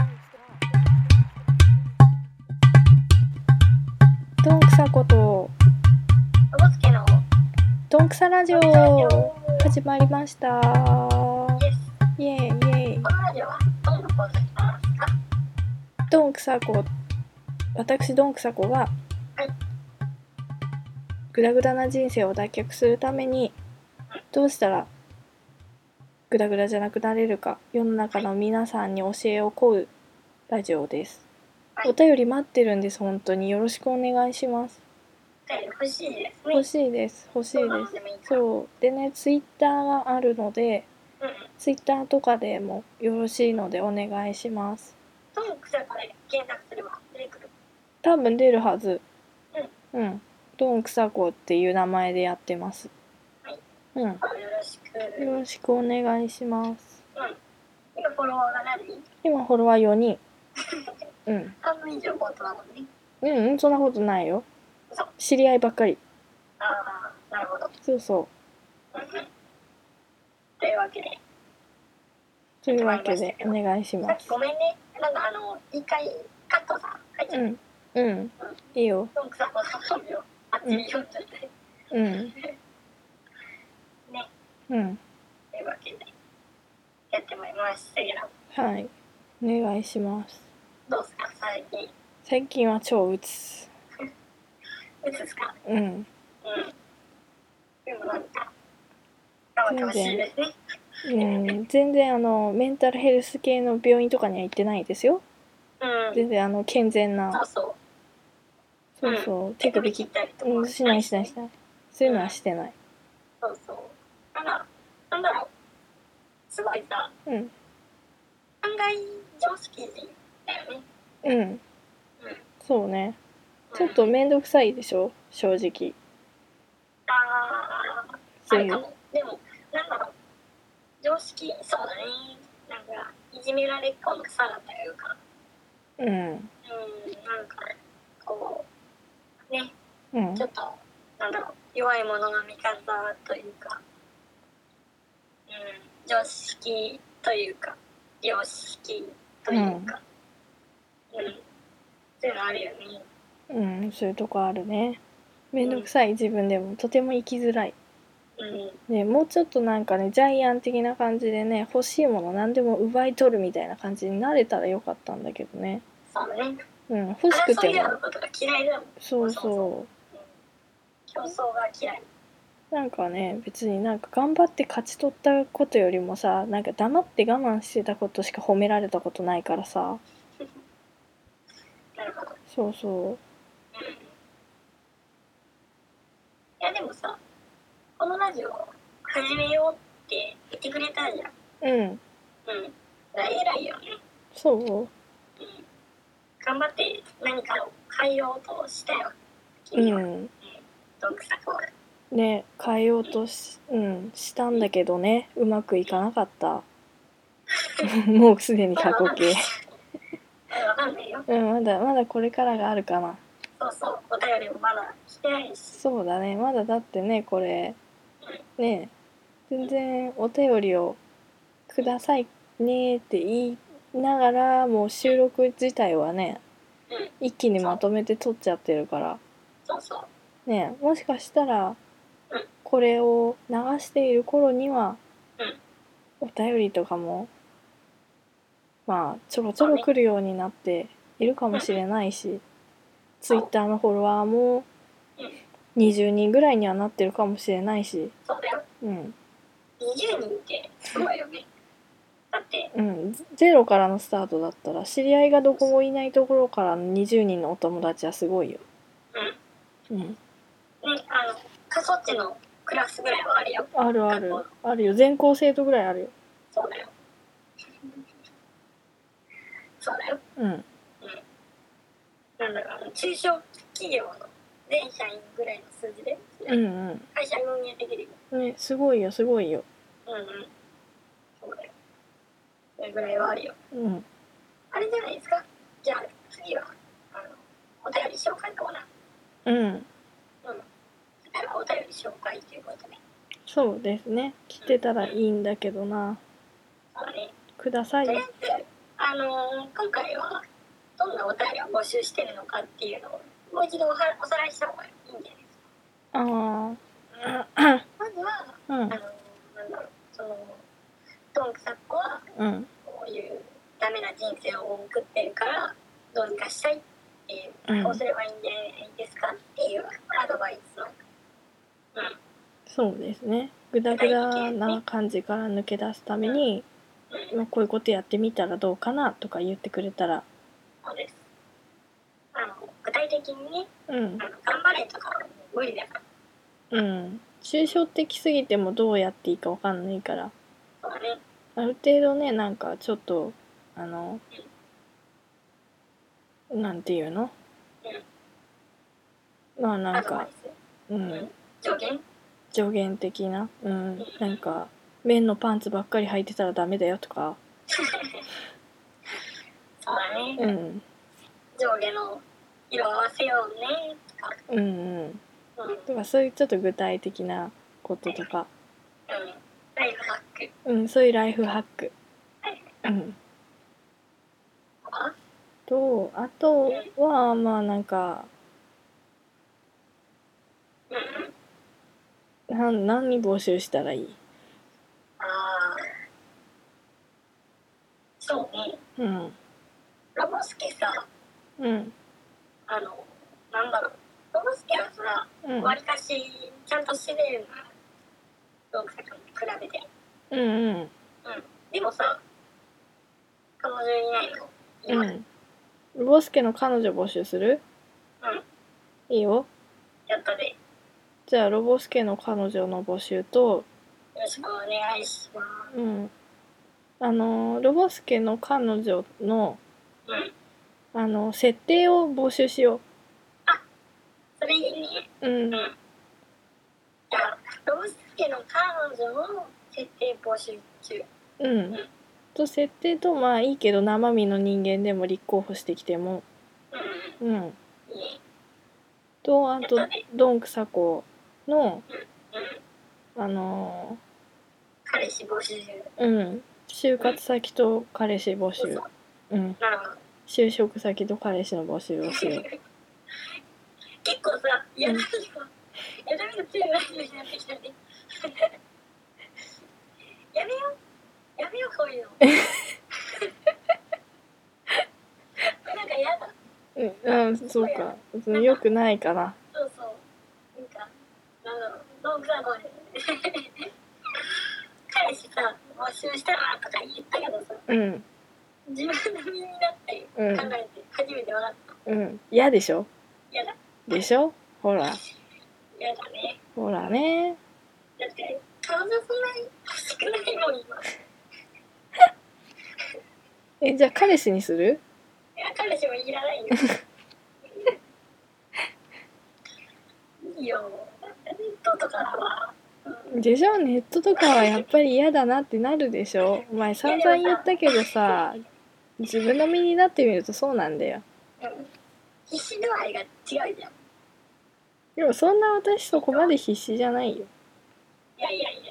どんくさことおぼつけのどんくさラジオ始まりました。イエーイイエーイ。 このラジオはどんなポッドキャストなんですか？ どんくさこ、私どんくさこがグダグダな人生を脱却するためにどうしたらグダグダじゃなくなれるか、世の中の皆さんに教えを請うラジオです。お便り待ってるんです。本当によろしくお願いします。 欲しいですね。 欲しいです欲しいです。そうでね、ツイッターがあるので、ツイッターとかでもよろしいのでお願いします。 どんくさこで検索すれば出てくる。 多分出るはず。どんくさこっていう名前でやってます。よろしくお願いします。 今フォロワーが何人？ 今フォロワー4人。 半分以上ボートなのね。 そんなことないよ。知り合いばっかり。 ああ、なるほど。 そうそう。 というわけでお願いします。 ごめんね。なんか一回カットさ入っちゃう。 いいよ。 どんくさこの本名あっちに読んじゃって。ね。というわけでやってまいりましたけど。 はい。お願いします。 どうすか最近？ 最近は超うつ。 うつですか？でもなんか頑張ってほしいですね。 全然メンタルヘルス系の病院とかには行ってないですよ。全然健全な。そうそう手首切ったりとかしない。そういうのはしてない。 そうそう。なんだろう。すごいさ。案外常識人だよね。 そうね。ちょっとめんどくさいでしょ、正直。 あるかも。でもなんだろう。常識そうだね。なんかいじめられっ子のさらというか。なんかこうね。ちょっとなんだろう、弱い者の味方というか、常識というか良識というか、そういうのあるよね。 そういうとこあるね。めんどくさい、自分でもとても生きづらい。ね、もうちょっとなんかね、ジャイアン的な感じでね、欲しいもの何でも奪い取るみたいな感じになれたらよかったんだけどね。 そうね。 欲しくても。そうそう。 競争が嫌い。 なんかね、別になんか頑張って勝ち取ったことよりもさ、なんか黙って我慢してたことしか褒められたことないからさ。 なるほど。 そうそう。 いやでもさ、このラジオ始めようって言ってくれたじゃん。偉いよね。 そう。 頑張って何かを変えようとしたよ。どんくさこね、変えようとしたんだけどね、うまくいかなかった。もうすでに過去形。 わかんないよ。 まだこれからがあるかな。 そうそう、お便りもまだ来てないし。 そうだね、まだだってね、これね、全然お便りをくださいねって言いながらもう収録自体はね、一気にまとめて撮っちゃってるから。ね、もしかしたらこれを流している頃にはお便りとかもまあちょろちょろ来るようになっているかもしれないし、ツイッターのフォロワーも20人ぐらいにはなってるかもしれないし。 そうだよ。20人ってすごいよね。だってゼロからのスタートだったら、知り合いがどこもいないところからの20人のお友達はすごいよ。 ね、過疎地のクラスぐらいはあるよ。 あるよ。全校生徒ぐらいあるよ。 そうだよ。そうだよ。なんだか中小企業の全社員ぐらいの数字で、会社運営できるよ。 ね、すごいよ、すごいよ。 そうだよ。それぐらいはあるよ。あれじゃないですか。じゃあ次はお便り紹介コーナー。 うんうん。だからお便り紹介ということで。 そうですね。来てたらいいんだけどな。 そうね。 ください。 とりあえず今回はどんなお便りを募集してるのかっていうのをもう一度おさらいした方がいいんじゃないですか。 あまずは、 あ、うん、 なんだろう、どんくさっこはうん、 こういうダメな人生を送ってるからどうにかしたいっていう、 うんこうすればいいんじゃないですかっていうアドバイスを、 そうですね。グダグダな感じから抜け出すために、まあ、こういうことやってみたらどうかなとか言ってくれたら、 そうです。具体的にね、 うん、 頑張れとかは無理だから。 うん、抽象的すぎてもどうやっていいかわかんないから、 そうだね。 ある程度ね、なんかちょっとなんていうの、まあなんか、 アドバイス、 うん、 助言、 助言的な、うん、なんか綿のパンツばっかり履いてたらダメだよとか、 そうだね。 うん、 上下の色合わせようねとか、 うんうん、とかそういうちょっと具体的なこととか、 ライフハック、 そういうライフハック、あとはまあなんか、何募集したらいい？ そうね。 うん、 ロボスケさ、 うん、 なんだろう、ロボスケはさ、わりかしちゃんと自然な動作に比べて、でもさ、彼女いないの今。 ロボスケの彼女募集する？いいよ。 やったで。 じゃあロボスケの彼女の募集と、 よろしくお願いします。 ロボスケの彼女の、設定を募集しよう。 あ、それいいね。じゃあ、ロボスケの彼女の設定募集中。 と設定と、まあいいけど生身の人間でも立候補してきても、とあとドンクサコの彼氏募集。 就活先と彼氏募集、 なるほど。 就職先と彼氏の募集をしよう。 結構さ、やだみが強いラジオになってきたね。やめようこういうの。なんかやだ。 そうか。よくないかな。 そうそう。なんか、どんくさこで。彼氏さ、募集したらとか言ったけどさ、自分の身になって考えて初めて分かった。 嫌でしょ？ 嫌だ。 でしょ？ほら。 嫌だね。 ほらね。 だって、彼女そんなに欲しくないもん、今。 じゃあ彼氏にする？ いや、彼氏もいらないよ。いいよ。ネットとかは。 でしょ？ネットとかはやっぱり嫌だなってなるでしょ？お前散々言ったけどさ、自分の身になってみるとそうなんだよ。 必死度合いが違うじゃん。 でもそんな私そこまで必死じゃないよ。 いや。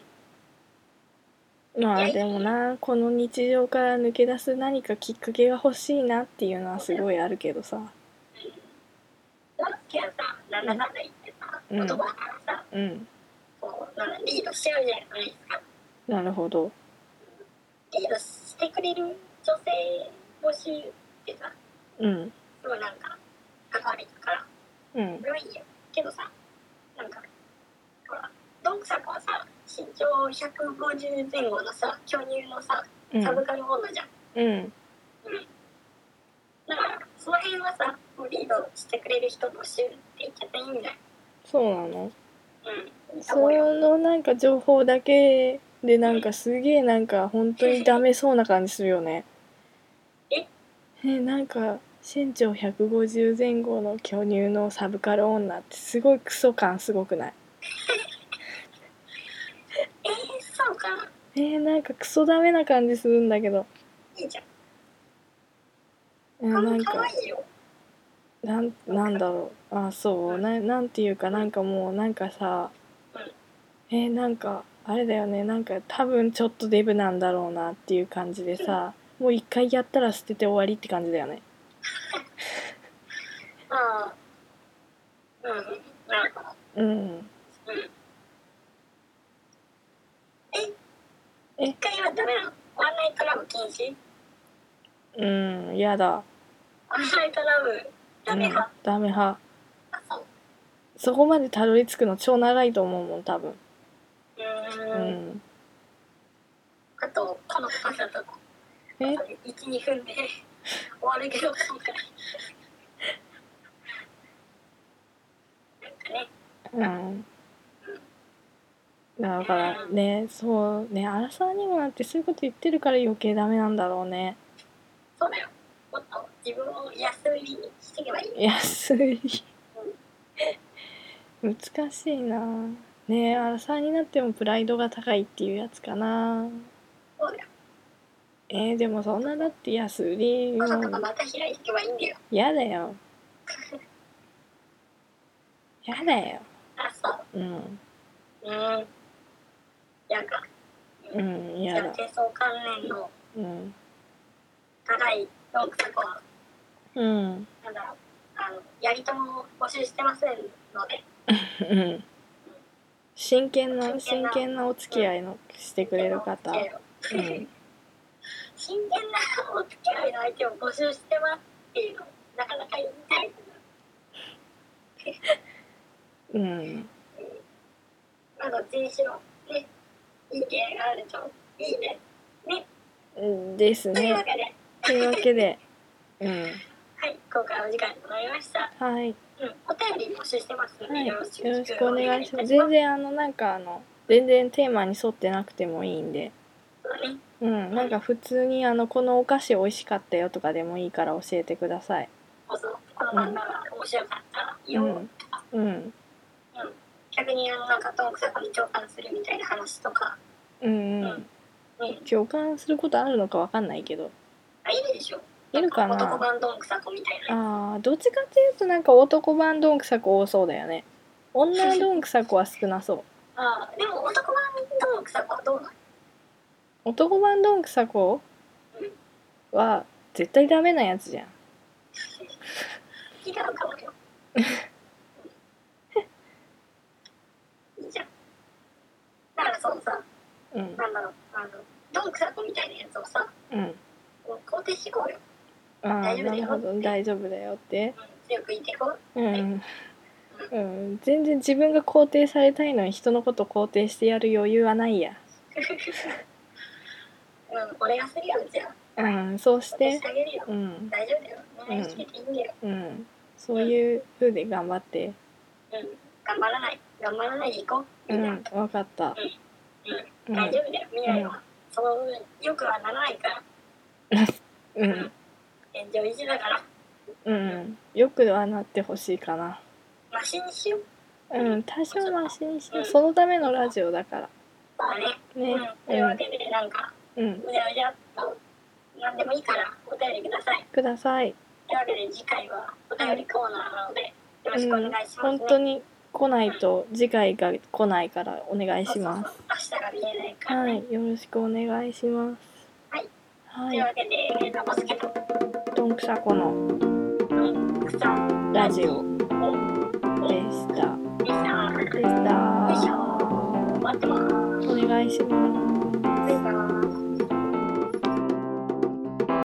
まあでもな、この日常から抜け出す何かきっかけが欲しいなっていうのはすごいあるけどさ。 バスケはさ、なんだかんだ言ってさ、男だからさ、こう、リードしちゃうじゃないですか。なるほど。リードしてくれる女性募集ってさ、すごいなんか、関わりだから、それはいいよ。けどさ、なんか、ほら、ドンクサコはさ、身長150前後のさ、巨乳のさ、サブカル女じゃん。だから、その辺はさ、もうリードしてくれる人募集って言っちゃっていいんじゃない？ そうなの？そのなんか情報だけでなんかすげえなんか本当にダメそうな感じするよね。なんか身長150前後の巨乳のサブカル女ってすごいクソ感すごくない？ そうかな。 なんかクソダメな感じするんだけど。 いいじゃん。なんかなんだろう、あ、そうなんていうか、なんかもうなんかさ、なんかあれだよね、なんか多分ちょっとデブなんだろうなっていう感じでさ、もう一回やったら捨てて終わりって感じだよね。 ああ、なるほど。 うん。 一回はダメなの？ワンナイトラブ禁止？ うん、やだ。 ワンナイトラブダメ派？ ダメ派。 あ、そう。 そこまでたどり着くの超長いと思うもん、多分。うん。 あと、このパスだと1、2分で終わるけど、そうかうん。だからね、そうね、アラサーにもなってそういうこと言ってるから余計ダメなんだろうね。 そうだよ。もっと自分を安売りにしていけばいい。 安い。難しいな。ねえ、アラサーになってもプライドが高いっていうやつかな。 そうだよ。 でもそんなだって安売りも。 とかまた開いていけばいいんだよ。 やだよ。やだよ。 あ、そう。やだ。 やだ。 低層関連の高いトークとかは、なんだろう、やりとも募集してませんので。 真剣なお付き合いのしてくれる方。 真剣なお付き合いの相手を募集してますっていうのなかなか言いたい。どっちにしろね、いい意見があるといいね。 ですね。というわけで、 はい、今回お時間となりました。 はい。 お便り募集してますので、よろしくお願いします。全然全然テーマに沿ってなくてもいいんで。なんか普通にこのお菓子美味しかったよとかでもいいから教えてください。 この漫画が面白かったよとか。逆になんかトンクサコに共感するみたいな話とか。共感することあるのかわかんないけど。 いるでしょ。 いるかな。 男版ドンクサコみたいな。 どっちかっていうとなんか男版ドンクサコ多そうだよね。女ドンクサコは少なそう。 でも男版ドンクサコはどうなの？ 男版ドンクサコは絶対ダメなやつじゃん。 違うかもよ。いいじゃん。だからそうさ、なんだろう、ドンクサコみたいなやつをさ、肯定していこうよ。大丈夫だよ。 大丈夫だよって。 強く言っていこう。 全然自分が肯定されたいのに人のこと肯定してやる余裕はないや。 俺がするよ、じゃあ。そうして。 大丈夫だよ。生きてていいんだよ。 そういう風で頑張って。 頑張らないでいこう。 わかった。 大丈夫だよ。未来はそうよくはならないから。現状維持だから。 よくはなってほしいかな。 マシにしよう。 多少マシにしよう。そのためのラジオだから。 というわけでなんかうじゃうじゃっと何でもいいからお便りください。というわけで次回はお便りコーナーなのでよろしくお願いしますね。 本当に来ないと次回が来ないからお願いします。 明日が見えないからね。 よろしくお願いします。 というわけでバスケとドンクサコのラジオでした。 待ってます。 お願いします。